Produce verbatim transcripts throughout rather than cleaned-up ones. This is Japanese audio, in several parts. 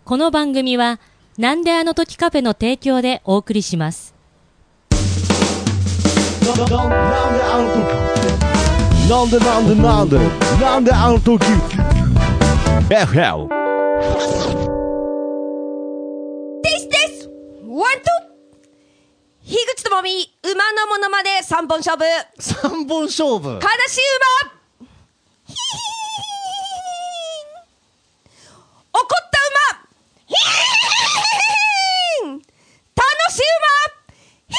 この番組はなんであの時カフェの提供でお送りします。 なんであの時なんでなんでなんでなんであの時 エフエルですですワント樋口智美馬のものまで三本勝負三本勝負悲しい馬ヒヒ怒った馬ヒーン楽しい馬ヒ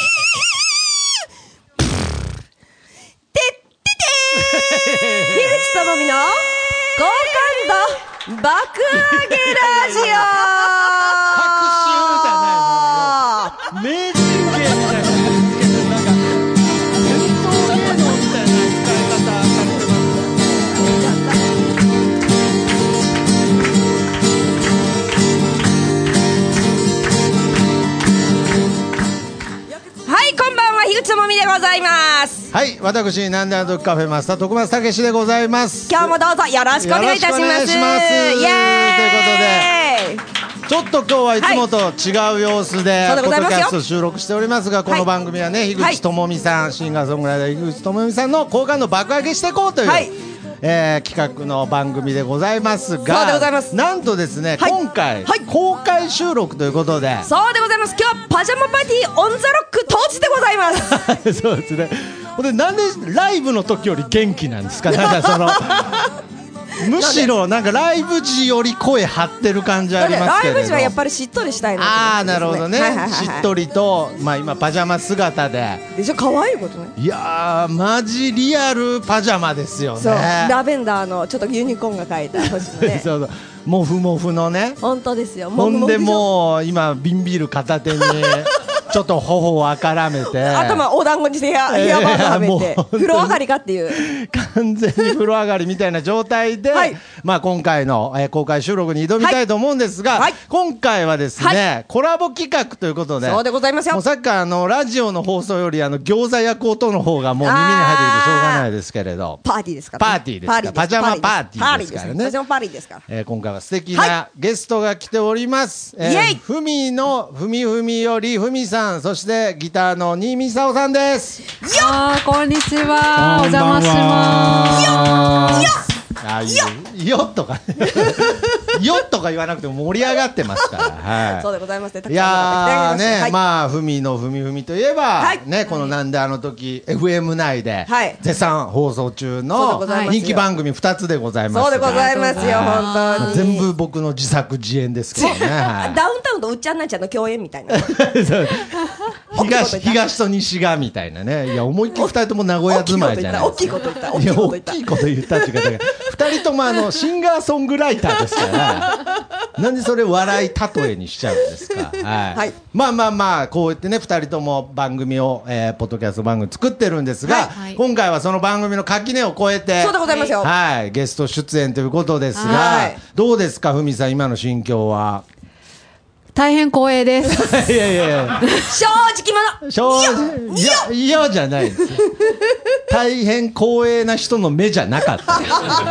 ーンてっててー樋口智美の好感度爆上げラジオ拍手じゃないの名人芸みたいなのつけてなんか伝統芸能みたいな使い方されてますはい、こんばんは、樋口智美でございます。 はい、私なんであの時カフェマスター徳松武史でございます。 今日もどうぞよろしくお願いいたします。 よろしくお願いします。 イエーイということでちょっと今日はいつもと違う様子で、はい、ポッドキャスト収録しておりますが、この番組はね、はい、樋口智美さん、シンガーソングライター樋口智美さんの好感度爆上げしていこうという、はい、えー、企画の番組でございますが、 そうでございます。 なんとですね、はい、今回、はい、公開収録ということで、 そうでございます。今日はパジャマパーティーオンザロック当時でございますそうですね。でなんでライブの時より元気なんですか。なんかそのむしろなんかライブ時より声張ってる感じありますけれど、 ライブ時はやっぱりしっとりしたいの、ね、 ああなるほどね、 はいはいはいはい、 しっとりと、まあ、今パジャマ姿ででしょ、可愛いことね。 いやーマジリアルパジャマですよね。 そうラベンダーのちょっとユニコーンが描いた星のねそうそうモフモフのね、 本当ですよ。 ほんでもう今瓶ビール片手にちょっと頬をあからめて頭お団子にしてヘアバンドはめて風呂上がりかっていう完全に風呂上がりみたいな状態で、はい、まあ、今回の、えー、公開収録に挑みたいと思うんですが、はい、今回はですね、はい、コラボ企画ということで、 そうでございますよ。 もうさっきからあのラジオの放送よりあの餃子焼く音の方がもう耳に入ってきてしょうがないですけれど、 パーティーですから、 ね、パーティーですからパジャマパーティーですからね。 パジャマパーティーですから、 えー、今回は素敵なゲストが来ております、はい、えー、ふみのふみふみよりふみさん、そしてギターの新見沙央さんです。 あー、こんにちは、お邪魔します。 ああいうよっとかよっとか言わなくても盛り上がってますから、はい、 そうでございますね。 いやーね、はい、まあふみのふみふみといえば、はい、ね、このなんであの時 エフエム 内で絶賛放送中の人気番組ふたつでございます。 そうでございますよ、本当に全部僕の自作自演ですけどね、はい、 ダウンタウンとうっちゃんなんちゃんの共演みたいな東, 東と西がみたいなね。いや思いっきりふたりとも名古屋住まいじゃないですか。 大きいこと言った大きいこと言った大きいこと言ったっていうかふたりともあのシンガーソングライターですからなんでそれ笑い例えにしちゃうんですか、はいはい、まあまあまあこうやってねふたりとも番組を、えー、ポッドキャスト番組作ってるんですが、はい、今回はその番組の垣根を越えて、 そうでございますよ、 はい、ゲスト出演ということですが、はい、どうですかふみさん、今の心境は。 大変光栄ですいやいやいや正直者正直いやいやじゃないです大変光栄な人の目じゃなかった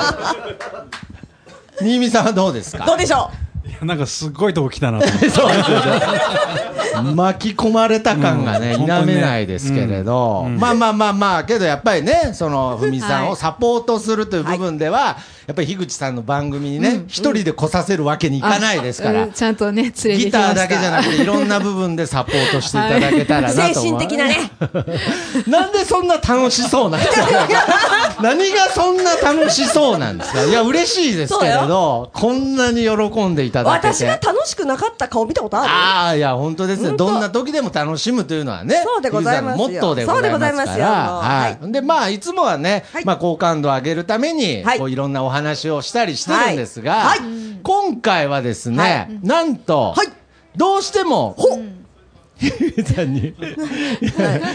新見さんはどうですか。 どうでしょう。いやなんかすごいとこ来たなとそうですよね巻き込まれた感がね、うん、否めないですけれど、うんうん、まあまあまあまあけどやっぱりね、そのふみさんをサポートするという部分では、はい、やっぱり樋口さんの番組にね一、うん、人で来させるわけにいかないですから、 うん、ちゃんとね連れてきました。 ギターだけじゃなくていろんな部分でサポートしていただけたらなと、はい、 精神的なねなんでそんな楽しそうなんですか何がそんな楽しそうなんですか。いや嬉しいですけれど、こんなに喜んでいただけて。 私が楽しくなかった顔見たことある。 ああいや本当ですね。どんな時でも楽しむというのはね、 そうでございますよ。 モットーでございますから、はい、でまあいつもはね、はい、まあ好感度を上げるために、はい、こういろんなお話をしたりしてるんですが、はいはい、今回はですね、はい、なんと、はい、どうしても、 ほひみさんに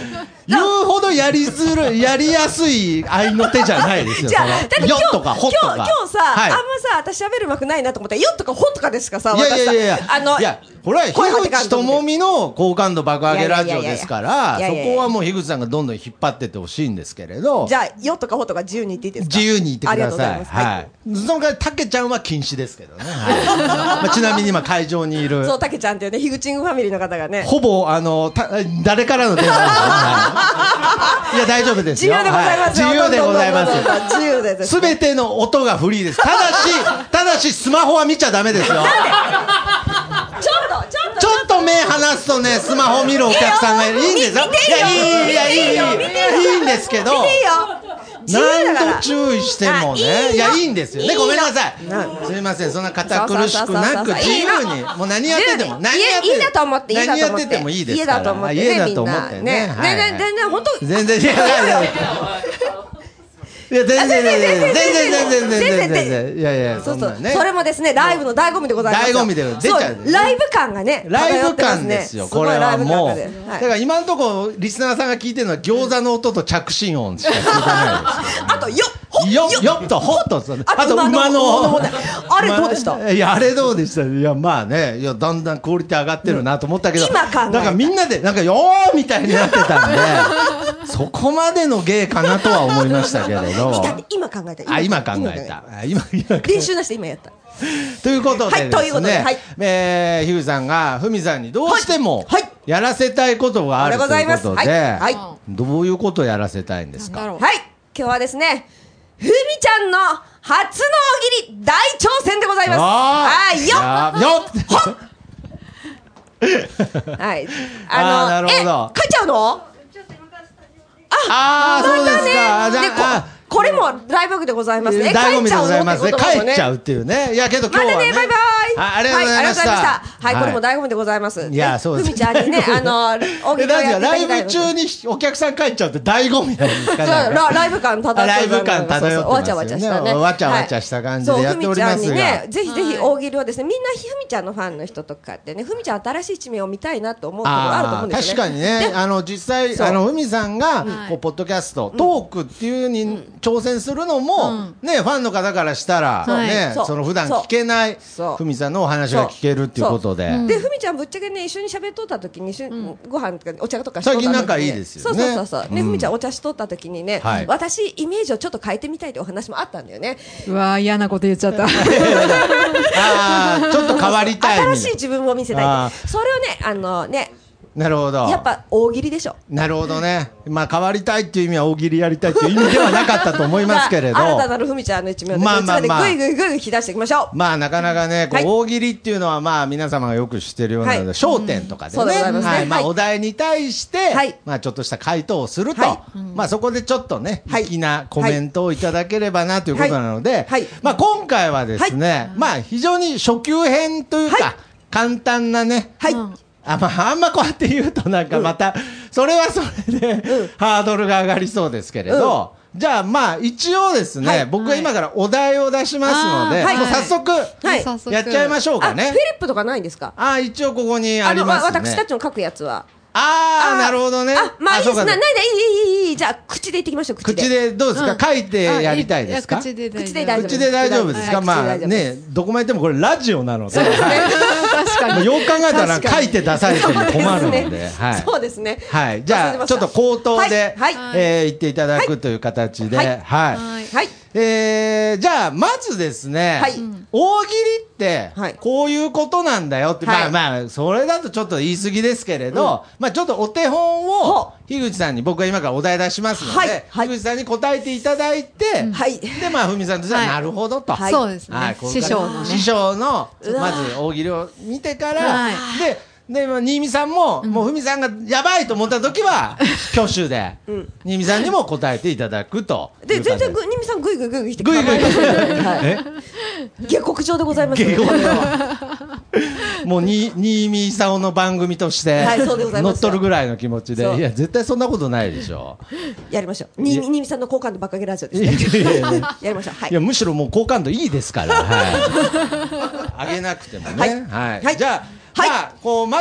言うほどやりづらい、やりやすい愛の手じゃないですよ。 じゃあ、だって今日、 よとかほとか。 今日、今日さ、 はい、 あんまさ、私喋るうまくないなと思ったら、よとかほとかですかさ、 いやいやいやいや、 あの、 いや、これは樋口智美の好感度爆上げラジオですから、そこはもう樋口さんがどんどん引っ張ってってほしいんですけれど。 じゃあ、よとかほとか自由に言っていいですか？ 自由に言ってください。はい。その代わり、たけちゃんは禁止ですけどね。はい。まあ、ちなみに今会場にいる。 そう、たけちゃんっていうね、樋口ファミリーの方がね。 ほぼ、あの、た、誰からの電話ですか？いや、大丈夫ですよ。 自由でございますよ。 自由でございます。 自由です。 すべての音がフリーです。ただし、ただし、スマホは見ちゃダメですよ。 ちょっと、ちょっと。 ちょっと目離すとね、スマホ見るお客さんがいる。いいんですよ。いや、いい、いや、いい、いい、いいんですけど。 見ていいよ。 何度注意してもね、いや、いいんですよね。ごめんなさい。すみません、そんな堅苦しくなく、自由に、もう何やってても、何やっていいだと思って、 何やっててもいいですから。 家だと思ってね、 家だと思ってね。 全然、全然、本当。 全然、いやいやいや。いや、全然、全然、全然、全然、全然、いやいや、 そうそう、それもですね、ライブの醍醐味でございます。 醍醐味で出ちゃう。 ライブ感がね、 ライブ感ですよ、これはもう。だから今のところ、リスナーさんが聞いてるのは、餃子の音と着信音しか聞いてないです。 あと、よよ、よっと、ほっと、 あと、馬の、あれどうでした？ いや、あれどうでした？いや、まあね、いや、だんだんクオリティ上がってるなと思ったけど、 今考えた。 なんかみんなで、なんか、よーみたいになってたんで、そこまでの芸かなとは思いましたけれど。 今考えた。 あ、今考えた。今、今。 練習なしで今やった。 ということでですね、えー、樋口さんが、ふみさんにどうしても、やらせたいことがあるということで、どういうことをやらせたいんですか？ はい、今日はですね、ふみちゃんの初の大喜利大挑戦でございます。はい、よっよっはい。あの、 なるほど。 え、帰っちゃうの？ ああ、そうですか。じゃあ、 これもライブでございますね。 醍醐味でございますね。帰っちゃうっていうね。いやけど今日はね。 またね、バイバイ。 ありがとうございました。 はい、これも醍醐味でございます。 いや、そうです。 ふみちゃんにね、あの、大喜利をやっていただきたい。 ライブ中にお客さん帰っちゃうって醍醐味なんですかね。 ライブ感漂ってライブ感漂ってわちゃわちゃしたね。 わちゃわちゃした感じでやっておりますが。 ふみちゃんにね、ぜひぜひ大喜利をですね、みんなふみちゃんのファンの人とかってね、ふみちゃん新しい一面を見たいなと思うことがあると思うんですよね。 確かにね、あの実際あのふみさんがこうポッドキャストトークっていうに挑戦するのもね、ファンの方からしたらね、その普段聞けないふみさんのお話が聞けるっていうことで。 で、ふみちゃんぶっちゃけね、一緒に喋っとった時にご飯とかお茶とかしとった時に最近仲いいですよね。 そうそうそう。ね、ふみちゃんお茶しとった時にね、私イメージをちょっと変えてみたいってお話もあったんだよね。 うわー、嫌なこと言っちゃった。 ああ、ちょっと変わりたい。 新しい自分を見せたい。それをね、あのね。 なるほど。 やっぱ大喜利でしょ。 なるほどね。まあ変わりたいっていう意味は大喜利やりたいっていう意味ではなかったと思いますけれど。 新たなるふみちゃんの一面をまあまあまあぐいぐいぐいぐい引き出していきましょう。 まあなかなかね、こう大喜利っていうのはまあ皆様がよく知ってるようなので、笑点とかでね、はい、まあお題に対してまあちょっとした回答をすると、まあそこでちょっとね、粋なコメントをいただければなということなので、まあ今回はですね、まあ非常に初級編というか簡単なね。はい。あ、まあ、あんまこうやって言うとなんかまた、それはそれで、ハードルが上がりそうですけれど、じゃあまあ一応ですね、僕が今からお題を出しますので、もう早速、やっちゃいましょうかね。 フィリップとかないんですか？ あ、一応ここにありますね。 私たちの書くやつは。 ああ、なるほどね。 あ、まあいいです。ないない、いいいいいい。じゃあ口で言ってきましょう。 口でどうですか？書いてやりたいですか？ 口で口で大丈夫。 口で大丈夫ですか？まあね、どこまででもこれラジオなので。 確かに。 よく考えたら書いて出されても困るので。 そうですね。 はい。じゃあちょっと口頭で言っていただくという形で。はい。はい。えー、じゃあまずですね、はい、大喜利ってこういうことなんだよって、はい、まあまあそれだとちょっと言い過ぎですけれど、うん、まあちょっとお手本を樋口さんに僕が今からお題出しますので、はいはい、樋口さんに答えていただいて、はい、でまあふみさんとしてはなるほどと、 はい、そうですね、はい、師匠の、ね、 師匠のまず大喜利を見てから、はい、でで、まあ、新見さんも、うん、もうふみさんがやばいと思った時は挙手で、うん、新見さんにも答えていただくとで全然新見さんグイグイグイグイしてグイグイグイ下克上でございますよもうに新見功の番組として乗っ取るぐらいの気持ちで、いや絶対そんなことないでしょやりましょう。新見さんの好感度ばっかげラジオですねやりましょう。はい、 いやむしろもう好感度いいですから、はい、上げなくてもね、はい、はい、じゃあはい、まあ、こうまず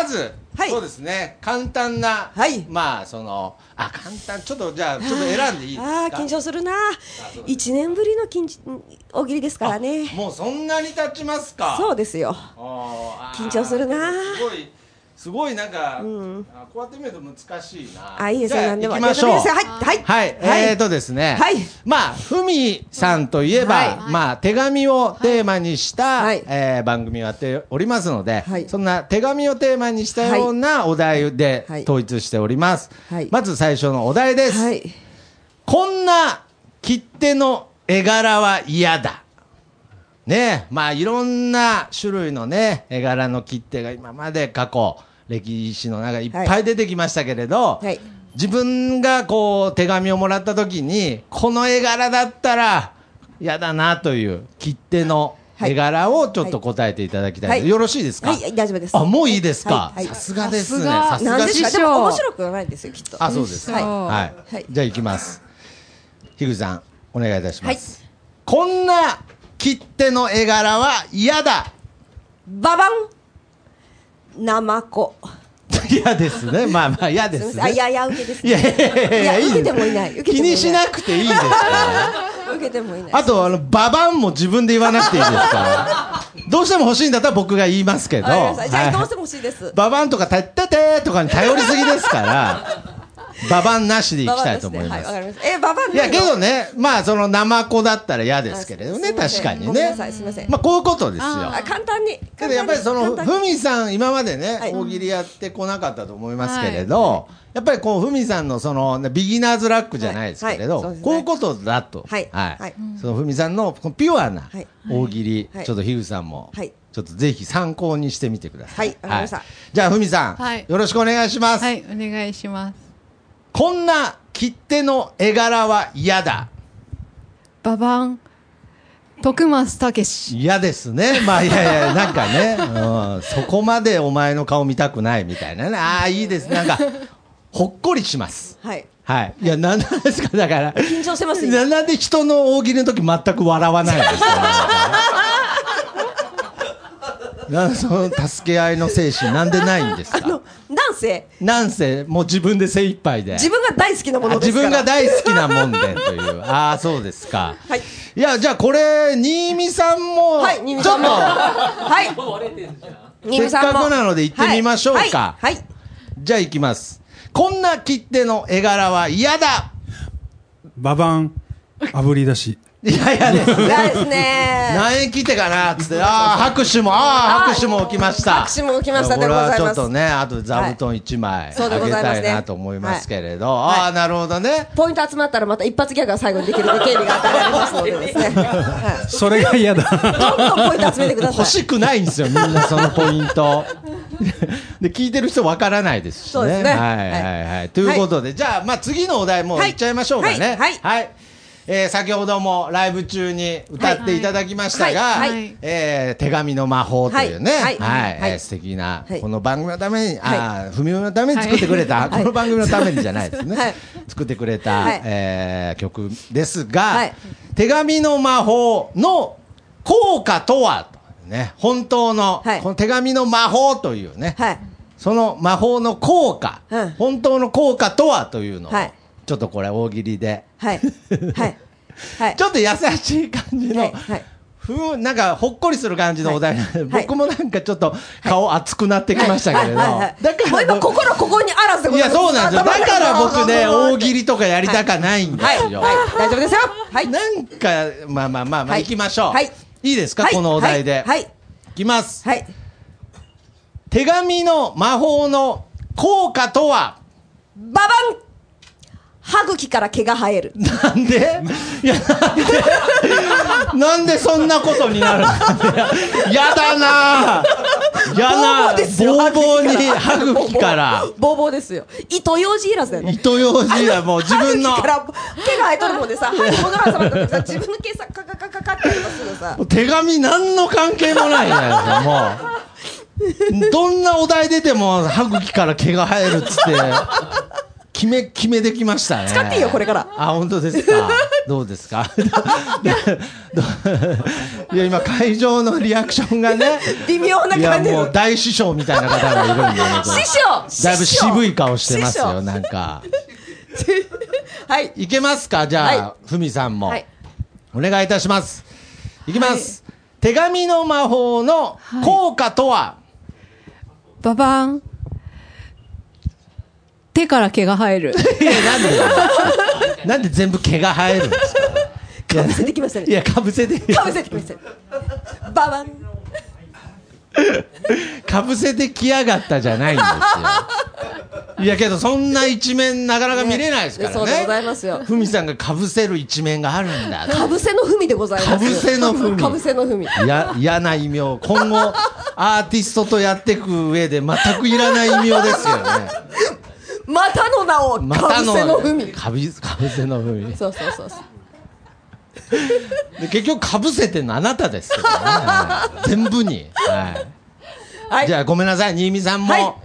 はい。 そうですね。簡単な、 はいまあそのあ簡単ちょっとじゃあちょっと選んでいいですか。 ああ、緊張するな。一年ぶりの緊大喜利ですからね。 もうそんなに経ちますか。 そうですよ。 あー緊張するな。 すごいすごいなんか、 うんあこうやって見ると難しいな。 あ、いいですよ。 じゃあ何でも。 行きましょう。 はい、はい、 はい、えーとですね、 はいまあ、ふみさんといえば、 はいまあ、手紙をテーマにした、 はいえー番組をやっておりますので、 はいそんな手紙をテーマにしたようなお題ではい統一しております。 はいまず最初のお題です。 はい。 こんな切手の絵柄は嫌だ。ねまあいろんな種類のね、絵柄の切手が今まで過去、歴史の中いっぱい出てきましたけれど、 はい。 自分がこう手紙をもらった時に、この絵柄だったら嫌だなという切手の絵柄をちょっと答えていただきたい、 はいよろしいですか。 はい、大丈夫です。 あ、もういいですか。 はいはいさすがですね。 ささすがです。 なんですか。でも面白くはないですよ、きっと。 あ、そうですか。 はいはい。 はいじゃあ行きます。樋口さん、お願いいたします。 はいこんな切手の絵柄は嫌だ。 ババン。ナマコ。 嫌ですね。まあまあ嫌ですね。 あ、いやいや、受けですね。 いやいやいやいやいい受けてもいない。受けてもいない気にしなくていいですから。 受けてもいない。 あと、あの、ババンも自分で言わなくていいですから。どうしても欲しいんだったら僕が言いますけど。 わかりましたじゃあ、どうしはいても欲しいです。 ババンとか、たっててとかに頼りすぎですから、ババンなしでいきたいと思いまはい、わす。 かりました。え、ババン。 いや、けどね、まあ、その、ナマコだったら嫌ですけれどね、 あすいません確かにねごめんなさ。い、すみません。 まあ、こういうことですよ。 あ、簡単に。 けどやっぱりその簡単にふみさん今までね、 はい大喜利やってこなかったと思いますけれど、やっぱりこうふみさんのそのビギナーズラックじゃないですけれど、 はいはいそうですねこういうことだと、 はいはいそのふみさんのこのピュアなはい大喜利、 はいちょっと樋口さんも、 はいちょっとぜひ参考にしてみてください。 はいわかりましたじゃあふみさん、 はいよろしくお願いします。 はい、お願いします。 こんな切手の絵柄は嫌だ。 ババン。徳松たけし。 嫌ですね。まあいやいや、なんかね、うん、そこまでお前の顔見たくないみたいなね。ああ、いいです。なんか、ほっこりします。 はい。 はい。いや、なんなんですか、だから。 緊張してます今ななんで人の大喜利の時全く笑わないんですか。なんその助け合いの精神なんでないんですか。 あの、なんせ、 なんせ、もう自分で精一杯で。 自分が大好きなものあ自ですから。 分が大好きなもんでという。ああ、そうですか。 はい。 いや、じゃあこれ、新見さんも、 はい、新見ちょっとさんも。、はい。新せっ見さんもかくなので行ってみましょうか。 はい。はい。はいじゃあ行きます。こんな切手の絵柄は嫌だ。 ババン、炙り出し。 いやいやですね。 嫌ですね。 何円切手かなっつって、ああ、拍手も、ああ、拍手も起きました。 拍手も起きましたこれはでございますちょっとね、あとで座布団いちまいそうであげございますねたいなと思いますけれど、 はいああ、なるほどね。 ポイント集まったらまた一発ギャグが最後にできる権利が与えられますのでですね。はそれが嫌だ。 い。どんどんポイント集めてください。 欲しくないんですよ、みんなそのポイント。で、聞いてる人わからないですしね。 そうですねはいはいはい。ということで、じゃあ、まあ次のお題もういっちゃいましょうかね。 はいはい。えー先ほどもライブ中に歌っていただきましたが、 はいはいえー手紙の魔法というね、はい、 はいはいえー素敵な、 はいこの番組のために、ああ、ふみおのために作ってくれた、この番組のためにじゃないですね、 はい作ってくれた、 はいえー曲ですが、 はい手紙の魔法の効果とは、ね、本当の、 はいこの手紙の魔法というね、 はい。 その魔法の効果、 うん本当の効果とはというのを、 はいちょっとこれ大喜利で、 はい。はい。はい。 ちょっと優しい感じの、 はいはいふうなんかほっこりする感じのお題なんで、 はい僕もなんかちょっと顔熱くなってきましたけれど、 はいはいはいだからもう今心ここにあらずでごいやざいます。 そうなんですよ、だから僕ね大喜利利とかやりたかないんですよ、 はい。はい。大丈夫ですよ。はい。 なんかまあまあまあまあはい行きましょう、 はいいいですか、 はいこのお題で、 はいはいいきます、 はい。 手紙の魔法の効果とは。 ババン歯茎から毛が生える。 なんでいや、なんでなんでそんなことになるのやだなぁやだボーボーですよ。 ボーボーに歯茎から。 ボーボーですよ。糸ようじいらずだよね。 糸ようじだ、もう自分の歯茎から毛が生えとるもんでさ、歯に物が挟まった時さ、自分の毛さ、カカカカカってやりますよさ。 手紙何の関係もないじゃないですか、もう。どんなお題出ても歯茎から毛が生えるっつって、決め、決めできましたね。 使っていいよこれからあ、本当ですか。 どうですかいや、今、会場のリアクションがね、 微妙な感じ。 いや、もう大師匠みたいな方がいるんでね。 師匠だいぶ渋い顔してますよ、なんか。 はい。 いけますか、じゃあ、ふみさんも。お願いいたします。いきます。手紙の魔法の効果とは、 ババン。手から毛が生える。 いや、なんでなんで全部毛が生えるんですか。 かぶせてきましたね。 いや、かぶせてかぶせてきましたね。ババン。 かぶせてきやがったじゃないんですよ。いやけどそんな一面なかなか見れないですからね。 そうでございますよ。 ふみさんがかぶせる一面があるんだ。 かぶせのふみでございます。 かぶせのふみ。 かぶせのふみ。 いや、嫌な異名。今後アーティストとやっていく上で全くいらない異名ですよね。 またの名をまかぶせのふみ。 かぶかぶせのふみ。 そうそうそうそう。 で結局かぶせてんのあなたですけどね。全部に。はい。はい、じゃあごめんなさい、新見さんも。はい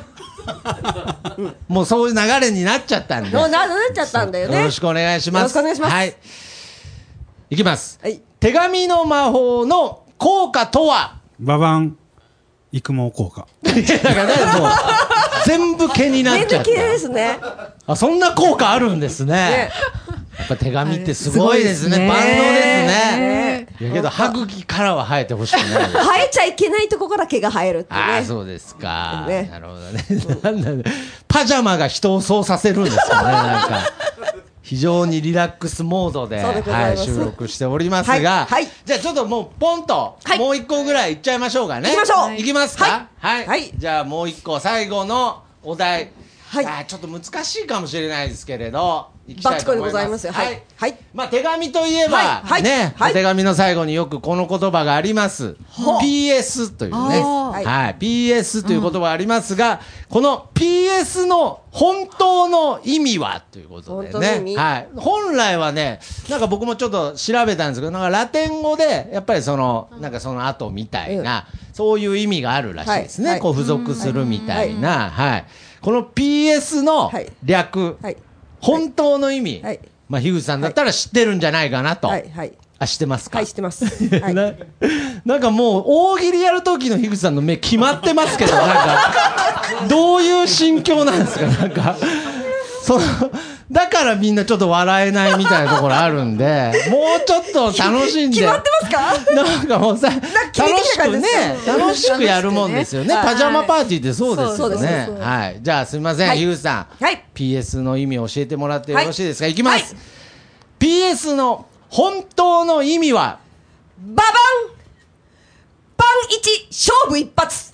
もうそういう流れになっちゃったんで。 もうなっちゃったんだよね。 よろしくお願いします。 よろしくお願いします。 はい。いきます。 はい。 手紙の魔法の効果とは。 ババン育毛効果。 いやだからね、もう全部毛になっちゃった。 全部毛ですね。 あ、そんな効果あるんですね。ねやっぱ手紙ってすごいですね。万能ですね。いやけど歯茎からは生えてほしくない。 生えちゃいけないとこから毛が生えるってね。 ああ、そうですか。ね、なるほどね。なんだね。パジャマが人をそうさせるんですかね。なんか非常にリラックスモードで、はい、収録しておりますが、はい、じゃあちょっともうポンと、はい、もう一個ぐらいいっちゃいましょうかね。 いきましょう。 いきますか。はい。 はい。 じゃあもう一個最後のお題。 はい、 あちょっと難しいかもしれないですけれど、いきたいと思います。 バッチコでございますよ。はい。はい。 まあ手紙といえば、はい、ね、はい、手紙の最後によくこの言葉があります。ピーエス というね、はい、ピーエス という言葉がありますが、うん、この ピーエス の本当の意味はということでね、はい、本来はね、なんか僕もちょっと調べたんですけど、なんかラテン語でやっぱりそのなんかその後みたいな、うん、そういう意味があるらしいですね。はい、こう付属するみたいな、はい。はい、この ピーエス の略、はい、本当の意味、はい、まあ樋口さんだったら知ってるんじゃないかなと。はいはい、あ、知ってますか。 はい、知ってます。はい、 な, なんかもう大喜利やる時の樋口さんの目決まってますけど、なんかどういう心境なんですか。なんかそのだからみんなちょっと笑えないみたいなところあるんで、もうちょっと楽しんで。 決まってますか。 なんかもうさ、楽しくね、楽しくやるもんですよね。パジャマパーティーってそうですよね。はい。じゃあすみません、樋口さん。はい。ピーエス の意味を教えてもらってよろしいですか。いきます。ピーエス の本当の意味は。 ババン。パン一勝負一発。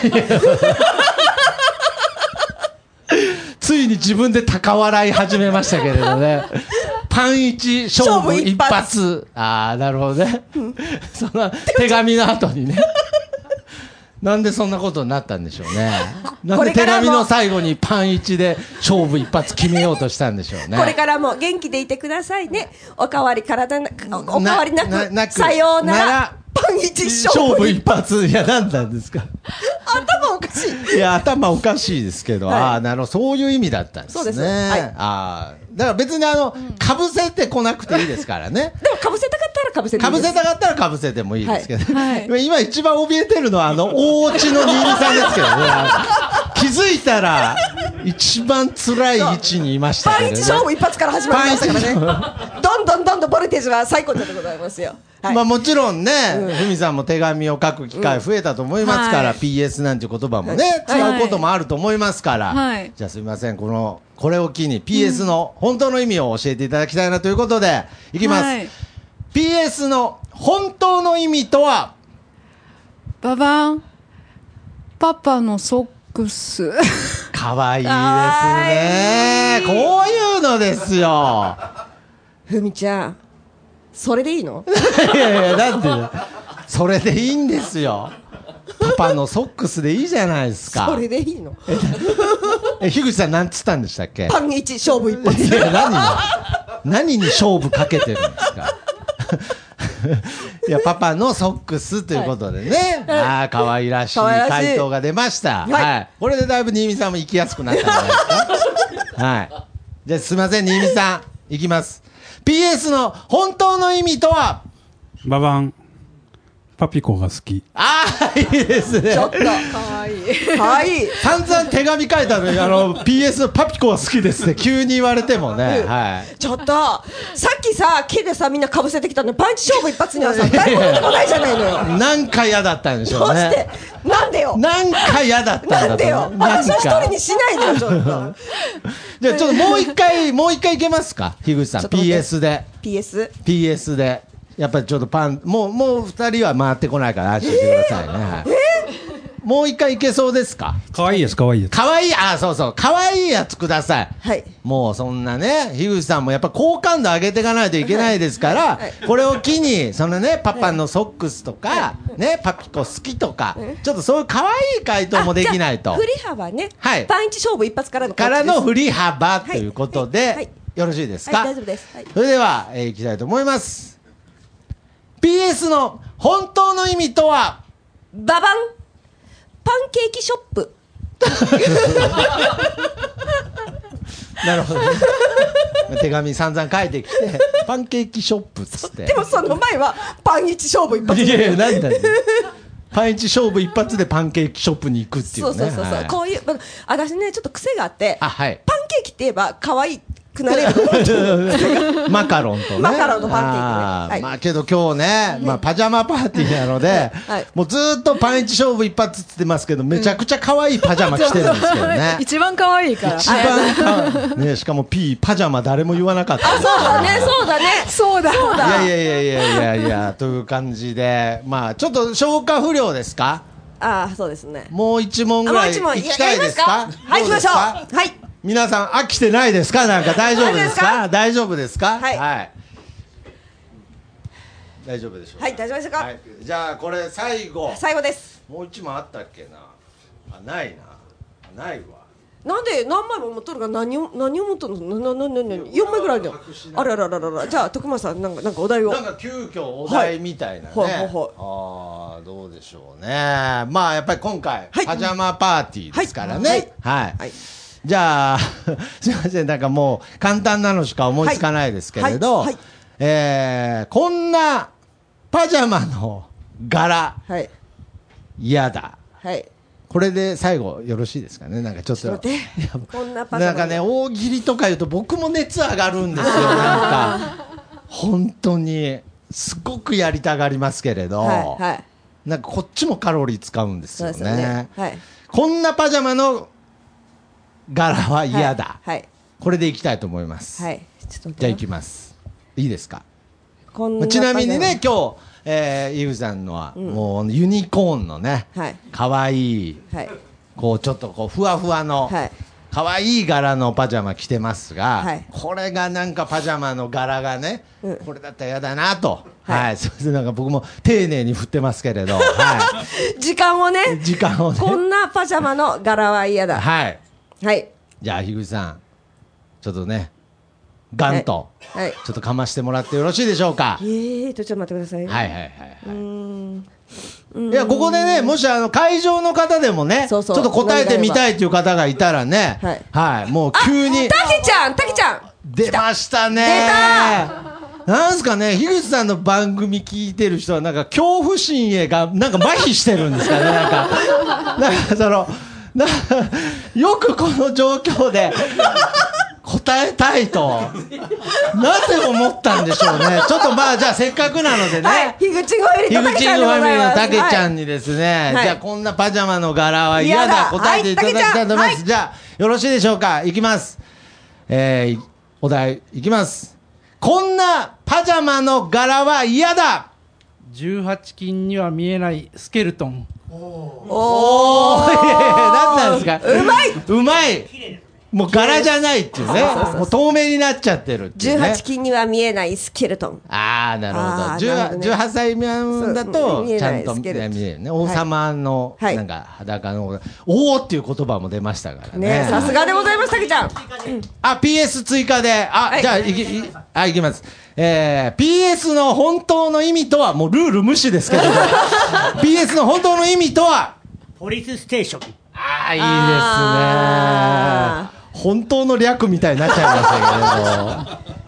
ついに自分で高笑い始めましたけれどね。パン一勝負一発。ああ、なるほどね。その手紙の後にね。なんでそんなことになったんでしょうね。なんで手紙の最後にパン一で勝負一発決めようとしたんでしょうね。 これからも元気でいてくださいね。おかわり体なおかわりなく、なくさようなら。パン一勝負一発。 いや、何なんですか。 頭おかしい。 いや、頭おかしいですけど、はい、ああ、なるほど、そういう意味だったんですね。そうですね。はい、ああ、だから別にあの、かぶせてこなくていいですからね。 でもかぶせたかったらかぶせてもいいです。 かぶせたかったらかぶせてもいいですけど、 はいはい、 今一番怯えてるのはあの、大落ちの新見さんですけどね。気づいたら、一番辛い位置にいましたけどね。 パン一勝負一発から始まりましたからね。どんどんどんどんボルテージは最高でございますよ。はい、 まあもちろんね、ふみ、うん、さんも手紙を書く機会増えたと思いますから、うん、はい、ピーエス なんていう言葉もね、はい、使うこともあると思いますから、はい、じゃあすみません、このこれを機に ピーエス の本当の意味を教えていただきたいなということでいきます、はい、ピーエス の本当の意味とは。 ババン、パパのソックス。 かわいいですね。こういうのですよ。 ふみちゃん、それでいいの？ いやいや、だってそれでいいんですよ。パパのソックスでいいじゃないですか。 それでいいの？ え、樋口さんなんつったんでしたっけ？ パン一勝負一発。 いや、何に何に勝負かけてるんですか。いや、パパのソックスということでね、はい、ああ、可愛らしい回答が出ました。はい、はい、これでだいぶ新見さんも行きやすくなったんじゃないですか。はい。じゃあすみません、新見さんいきます。 ピーエス の本当の意味とは？ ババン。パピコが好き。 ああ、いいですね。 ちょっと。かわいい。かわいい。 散々手紙書いたのに、あの、ピーエス のパピコが好きですって急に言われてもね。 うん、 はい。 ちょっと、さっきさ、木でさ、みんな被せてきたのに、パンチ勝負一発にはさ、誰も出てこないじゃないのよ。 なんか嫌だったんでしょうね。 どうして？なんでよ。 なんか嫌だったんだと。 なんでよ。私一人にしないでよ、ちょっと。 じゃあちょっともう一回、もう一回いけますか、樋口さん。ピーエス で。 ピーエス？ ピーエス で。やっぱりちょっとパン、もう、もう二人は回ってこないから安心してくださいね。はい、もう一回いけそうですか？ かわいいやつ、かわいいやつ。 かわいい、あ、そうそう、かわいいやつください。 はい。 もうそんなね、樋口さんもやっぱ好感度上げていかないといけないですから、はい、これを機に、そのね、パパのソックスとか、はい、ね、パピコ好きとか、はい、ちょっとそういうかわいい回答もできないと。 振り幅ね。 はい。 パンチ勝負一発からの。 からの振り幅ということで、 はいはい、 よろしいですか？ はい、大丈夫です。はい、 それでは、えー、いきたいと思います。ピーエス の本当の意味とは？ ババンパンケーキショップ。 なるほど、ね、手紙散々書いてきてパンケーキショップっつって。 でもその前はパンイチ勝負一発。 いやいや、なんだよパンイチ勝負一発でパンケーキショップに行くっていうね。 そうそうそうそう、はい、こういう私ねちょっと癖があって、 あ、はい、 パンケーキって言えば可愛いくなれるマカロンとね、 マカロンとパンケーキね、 あ、 はい、 まあけど今日ね、まあ、パジャマパーティーなので、はい、もうずっとパンイチ勝負一発っつってますけど、めちゃくちゃ可愛いパジャマ着てるんですけどね。 一番可愛いから。 一番かわいいね。しかも P パジャマ誰も言わなかった。 あ、そうだね、そうだね、 そうだそうだ。いやいやいやいやいやいやという感じで、まあちょっと消化不良ですか？ ああ、そうですね。 もう一問ぐらい行きたいですか？ はい、行きましょう。はい。 皆さん飽きてないですか？なんか大丈夫ですか？大丈夫ですか？ はい、 はい、大丈夫でしょうか？ はい、大丈夫ですか？ はい、じゃあこれ最後、 最後です。 もう一問あったっけなあ？ないな、ないわ。 なんで何枚も持っとるか、何を何を持っとるの？なななななよんまいぐらいだよ。あららららら。じゃあ徳間さん、なんかなんかお題を。 なんか急遽お題みたいなね。はいはいはい、ああ、どうでしょうね。まあやっぱり今回、はい、パジャマパーティーですからね。はい。はいはいはい、じゃあすみません、なんかもう簡単なのしか思いつかないですけれど、はいはいはい、えー、こんなパジャマの柄、はい、嫌だ。はい。これで最後よろしいですかね。なんかちょっと、 待って、こんなパジャマなんかね、大喜利とか言うと僕も熱上がるんですよ。なんか本当にすごくやりたがりますけれど、はいはい、なんかこっちもカロリー使うんですよ ね, ですよね、はい、こんなパジャマの柄は嫌だ、はいはい、これでいきたいと思います、はい、ちょっとじゃあいきます。いいですか？こんなちなみにね、今日えー、イブさんのは、うん、もうユニコーンのね、はい、かわいい、はい、こうちょっとこうふわふわの、はい、かわいい柄のパジャマ着てますが、はい、これがなんかパジャマの柄がね、うん、これだったら嫌だなと、はいはい、それでなんか僕も丁寧に振ってますけれど、はい、 時間をね、 時間をね、 こんなパジャマの柄は嫌だ。 はい、 はい、じゃあ樋口さん、ちょっとね、ガンと、はいはい、ちょっとかましてもらってよろしいでしょうか？ えーと、ちょっと待ってください。 はいはいはい、はい、うーん、いや、ここでね、もしあの会場の方でもね、そうそう、ちょっと答えてみたいという方がいたらね、はい、はい、もう急に。 たけちゃん、たけちゃん出ましたね。出た。なんすかね、樋口さんの番組聞いてる人はなんか恐怖心へがなんか麻痺してるんですかね。なんかなんかそのなよくこの状況で答えたいとなぜ思ったんでしょうね。ちょっとまあじゃあせっかくなのでね、はい、 樋口ファミリーのたけちゃんでございます。樋口ファミリーのたけちゃんにですね、はい、じゃあこんなパジャマの柄は嫌だ、答えていただきたいと思います、はい、じゃあよろしいでしょうか。いきます、えー、お題いきます。こんなパジャマの柄は嫌だ。 じゅうはち金には見えないスケルトン。 おお何なんですか。 うまいうまい。もう柄じゃないっていうね、もう透明になっちゃってるっていうね。 じゅうはち金には見えないスケルトン。 ああ、なるほど。じゅうはっさい未満だとちゃんと見えるね。王様のなんか裸のおおっていう言葉も出ましたからね。 さすがでございます、たけちゃん。 あ、ピーエス 追加で、あ、じゃあいきあいきます。えー、ピーエス の本当の意味とは、もうルール無視ですけど、ピーエス の本当の意味とはポリスステーション。 ああ、いいですね。本当の略みたいになっちゃいましたけど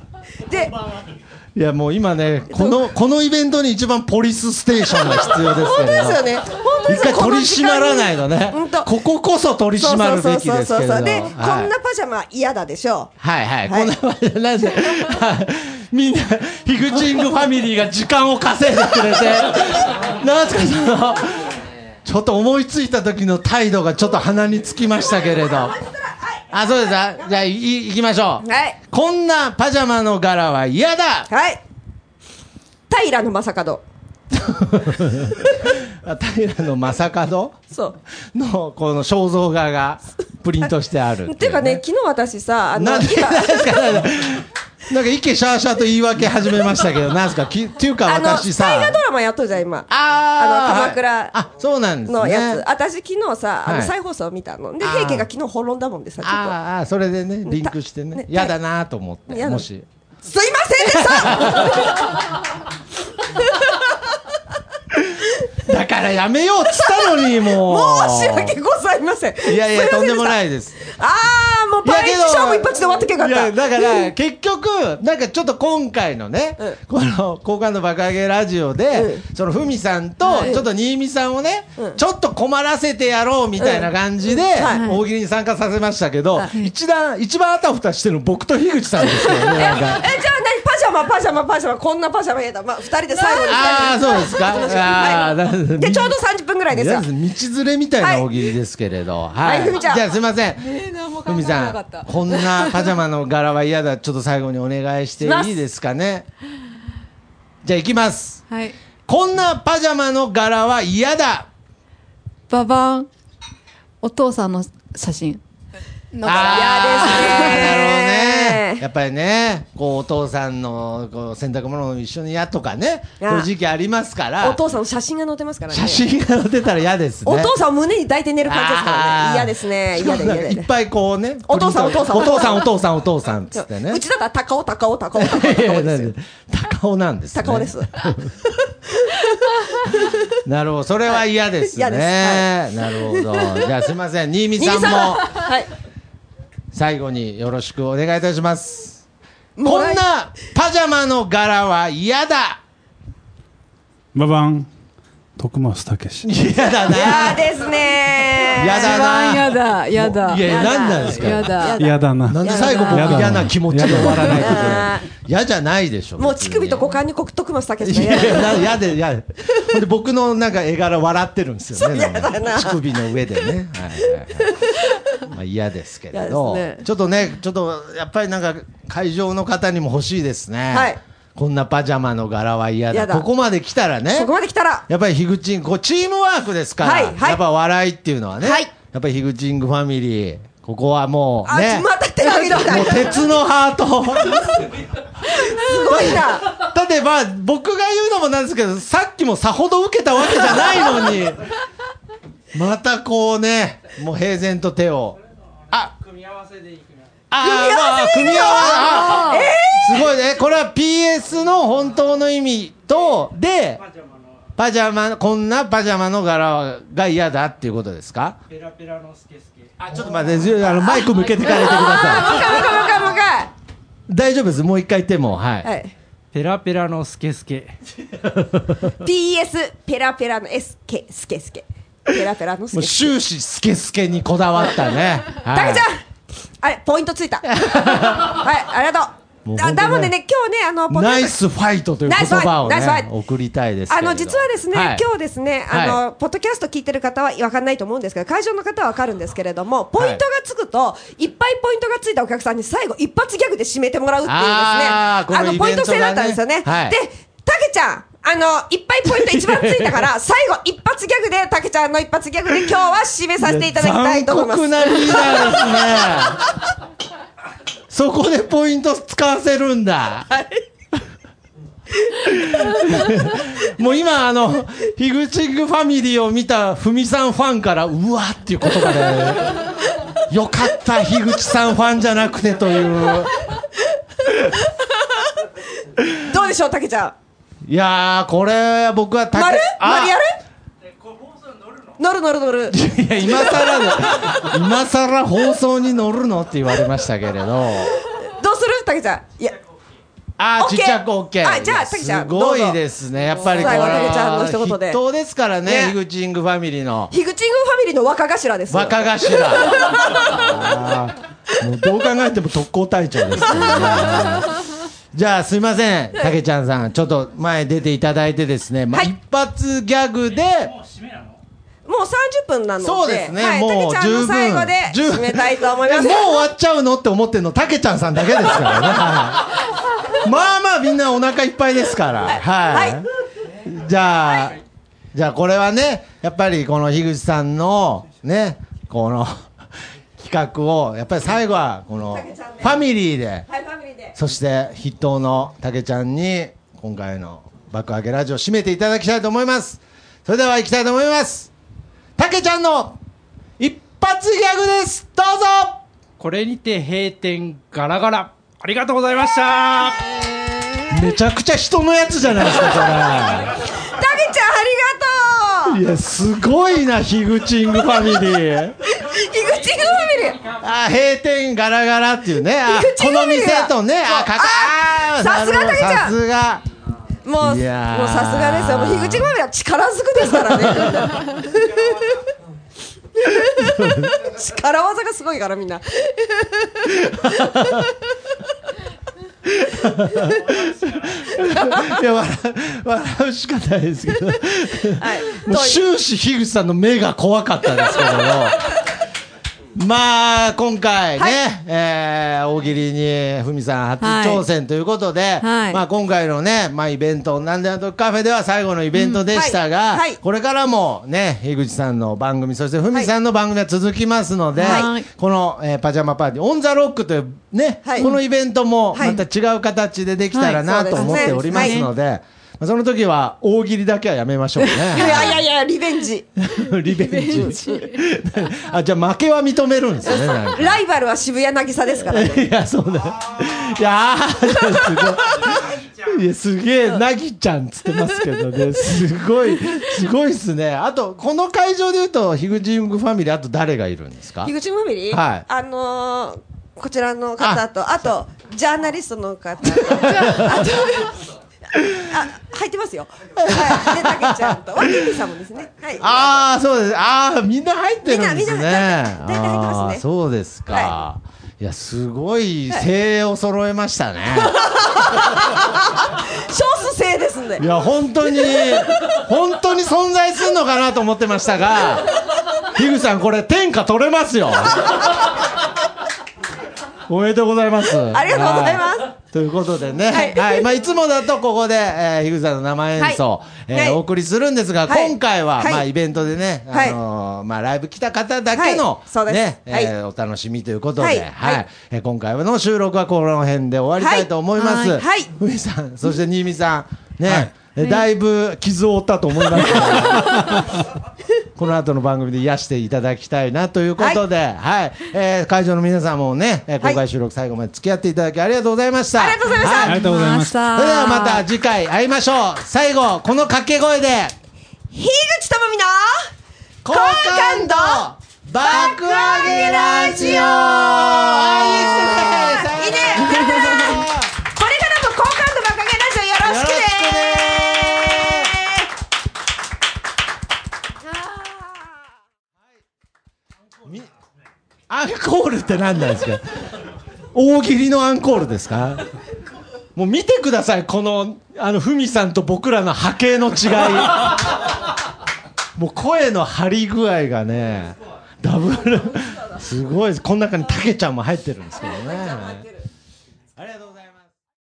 でいやもう今ねこのこのイベントに一番ポリスステーションが必要ですけど本当ですよね。本当ですよ。 一回取り締まらないのね。こここそ取り締まるべきですけれど。 で、 はい、 こんなパジャマ嫌だでしょ。 はいはい。はい、こんなパジャマなんでみんなヒグチングファミリーが時間を稼いでくれてなんすかそのちょっと思いついた時の態度がちょっと鼻につきましたけれど。あ、そうですか。じゃあい、いきましょう。 はい。 こんなパジャマの柄は嫌だ。 はい。平野正門。 平野正門のこの肖像画がプリントしてある。 っていうかね、昨日私さ、あのなんですかなんかイケシャーシャーと言い訳始めましたけど、なんですかきっていうか私さ、 大河ドラマやっとるじゃん今。 ああの鎌倉あ、そうなんですね。 のやつ。私昨日さ、あの再放送見たの。で平家が昨日滅んだもんでさ、ちょっと。 ああ、それでねリンクしてね、嫌だなと思ってもし。 すいませんでしただからやめようっつったのにもう申し訳ございません。 いやいやとんでもないです。 ああもうパンイチ勝負一発で終わってけよかった。 いやだから結局なんかちょっと今回のね、うん、この好感度爆上げラジオで、うん、そのふみさんとちょっと新見さんをね、うん、ちょっと困らせてやろうみたいな感じで、うんはい、大喜利に参加させましたけど、はい、一段一番あたふたしてるの僕と樋口さんですよね。なんかえじゃあ何パジャマパジャマパジャマこんなパジャマやだ、まあ、ふたりで最後にああそうですか。あはいでちょうどさんじゅっぷんぐらいですよ。 道連れみたいな大喜利ですけれど、はい。はい、ふみちゃん。じゃあすみません。ふみさん、こんなパジャマの柄は嫌だ。ちょっと最後にお願いしていいですかね。じゃあ行きます。 はい。 こんなパジャマの柄は嫌だ。 ババン。お父さんの写真。 嫌ですね。なるほどね。やっぱりね、こうお父さんのこう洗濯物を一緒にやとかね、そういう時期ありますから。 お父さんの写真が載ってますからね。 写真が載ってたら嫌ですね。 お父さんを胸に抱いて寝る感じですからね。嫌ですね。嫌だ嫌だ。 いっぱいこうね。 お父さんお父さんお父さんお父さんお父さんつってね。 うちだったら高尾高尾高尾高尾高尾ですよ。 高尾なんですね。 高尾です。 なるほど、それは嫌ですね。なるほど。じゃあすみません、新見さんも。はい。最後によろしくお願いいたします。こんなパジャマの柄は嫌だ。 ババン徳増武史。 嫌だな。 嫌ですね。 嫌だな。 嫌だ嫌だ。 いや何なんですか。 嫌だ嫌だな。 なんで最後僕嫌な気持ちで終わらないといけない。嫌じゃないでしょ。 もう乳首と股間に徳増武史が嫌で嫌で。で僕のなんか絵柄笑ってるんですよね。乳首の上でね。まあ嫌ですけれど、ちょっとねちょっとやっぱりなんか会場の方にも欲しいですね。はい。こんなパジャマの柄は嫌だ。ここまで来たらね。 ここまで来たら。 やっぱりヒグチング、こうチームワークですから。はいはい、やっぱ笑いっていうのはね。はい、やっぱりヒグチングファミリー。ここはもうね。 あ、また手を挙げた。 もう鉄のハート。すごいな。 だってまあ僕が言うのもなんですけど、さっきもさほど受けたわけじゃないのに。またこうね、もう平然と手を。あ、 組み合わせでいく。 ああ、組み合わせ、えー、すごいね。これは ピーエス の本当の意味とでパジャマ、こんなパジャマの柄が嫌だっていうことですか。 ペラペラのスケスケ。 あ、ちょっと待って、あのマイク向けてかれてください。 もう一回もう一回もう一回もう一回。 大丈夫です。もう一回言っても、はい。はい、 ペラペラのスケスケ。 ピーエス ペラペラのスケスケスケ。ペラペラのスケスケ。 もう終始スケスケにこだわったね。 たけちゃん。あれポイントついた。はい、ありがとう。だだもんでね、今日ね、あのナイスファイトという言葉をね送りたいですけれど。 あの実はですね、はい、今日ですね、あの、はい、ポッドキャスト聞いてる方は分かんないと思うんですけど、会場の方は分かるんですけれども、ポイントがつくと、はい、いっぱいポイントがついたお客さんに最後一発ギャグで締めてもらうっていうですね、あ, あのポイント制だったんですよね。はい、で、たけちゃん。あのいっぱいポイント一番ついたから最後一発ギャグでたけちゃんの一発ギャグで今日は締めさせていただきたいと思います。 残酷なリーダーですね。そこでポイント使わせるんだ。はい、もう今あのヒグチングファミリーを見たふみさんファンからうわっていう言葉でよかった樋口さんファンじゃなくてという。 どうでしょうたけちゃん。 いやーこれ僕はたけ丸丸やる乗る乗る乗る。 いや今さら今さら放送に乗るのって言われましたけれど。 どうするたけちゃん。いやあーちっちゃく OK。 あ、じゃあたけちゃんすごいですね。やっぱりこれ最後たけちゃんの一言で筆頭ですからね、 ねヒグチングファミリーのヒグチングファミリーの若頭ですよ。 若頭。あーもうどう考えても特攻隊長ですよね。じゃあすいません、たけちゃんさん、ちょっと前出ていただいてですね、まあ、 はい一発ギャグで、 もうさんじゅっぷんなので、 そうですね、 はい、 もうたけちゃんの最後で十分締めたいと思います。 もう終わっちゃうのって思ってるのたけちゃんさんだけですからね。はいまあまあみんなお腹いっぱいですから。はい。 はいじゃあ、じゃあこれはね、やっぱりこの樋口さんのね、この企画をやっぱり最後はこのファミリーで、 はい、ファミリーで。 そして筆頭のたけちゃんに今回の爆上げラジオ締めていただきたいと思います。それでは行きたいと思います。たけちゃんの一発ギャグです。どうぞ。 これにて閉店ガラガラ。ありがとうございました。 めちゃくちゃ人のやつじゃないですか、こたけちゃんありがとう。 れ。いや、すごいな、ヒグチングファミリー。 ヒグチングファミリー。 あ、閉店ガラガラっていうね。あ、 ヒグチこのングファミリー店とね、あ、かか、あー、 さすがなるほどたけちゃんさすが。 もう、 いやーもうさすがですよ。もうヒグチングファミリーは力ずくですからね。力技がすごいからみんな。 いや、笑う、笑うしかないですけど。 はい。 もう終始樋口さんの目が怖かったですけども。まあ今回ね、 はいえー大喜利にふみさん初挑戦ということで、 はいまあ今回のね、まあイベントなんであとカフェでは最後のイベントでしたが、 うんはいはいこれからもね、樋口さんの番組、そしてふみさんの番組は続きますので、 はいこの、えーパジャマパーティーオンザロックというね、 はいこのイベントもはいまた違う形でできたらな、 はいと思っておりますので、まあその時は大喜利だけはやめましょうね。 いやいやいや、リベンジ。 リベンジ。あ、じゃあ負けは認めるんですね。なんかライバルは渋谷渚ですからね。 いや、そうだ。いやー、すごい。いや、すげえ、なぎちゃんっつってますけどね。すごい、すごいっすね。あと、この会場で言うと、ヒグチングファミリー、あと誰がいるんですか？ ヒグチングファミリー、 はいあのー、こちらの方と、あと、ジャーナリストの方と、あと、あ、入ってますよ。はい。で、たけちゃんと、わきみさんもですね。はい。 ああ、そうです。ああ、みんな入ってるんですね。 みんなみんな大体大体入ってますねあーそうですか。、 はいや、すごい精鋭を揃えましたね。 少数制ですんで。 いや、本当に、本当に存在するのかなと思ってましたが、樋口さん、これ、天下取れますよ。おめでとうございます。 ありがとうございます。 はいということでね、 はいはい、まあ、いつもだとここで、えー、樋口さんの生演奏、 はいえーはいお送りするんですが、 はい今回は、 はいまあ、イベントでね、 はいあのーまあ、ライブ来た方だけの、 はいそうですね、 はいえーお楽しみということで、 ははいい、 はいえー今回の収録はこの辺で終わりたいと思います。 はいはいふみさん、そして新見さん、ね、 はいえだいぶ傷を負ったと思いますけどこの後の番組で癒していただきたいなということで、はいえー会場の皆さんもね、えー公開収録最後まで付き合っていただきありがとうございました。 ありがとうございましたはありがとうございましたそれではまた次回会いましょう。最後この掛け声で樋口智美の好感度爆上げラジオ。あーいいですね。 いいね。これからも好感度爆上げラジオよろしくね。 みアンコールって何なんですか？大喜利のアンコールですか？もう見てください、このあのふみさんと僕らの波形の違い。もう声の張り具合がね、ダブルすごいです。この中にたけちゃんも入ってるんですけどね。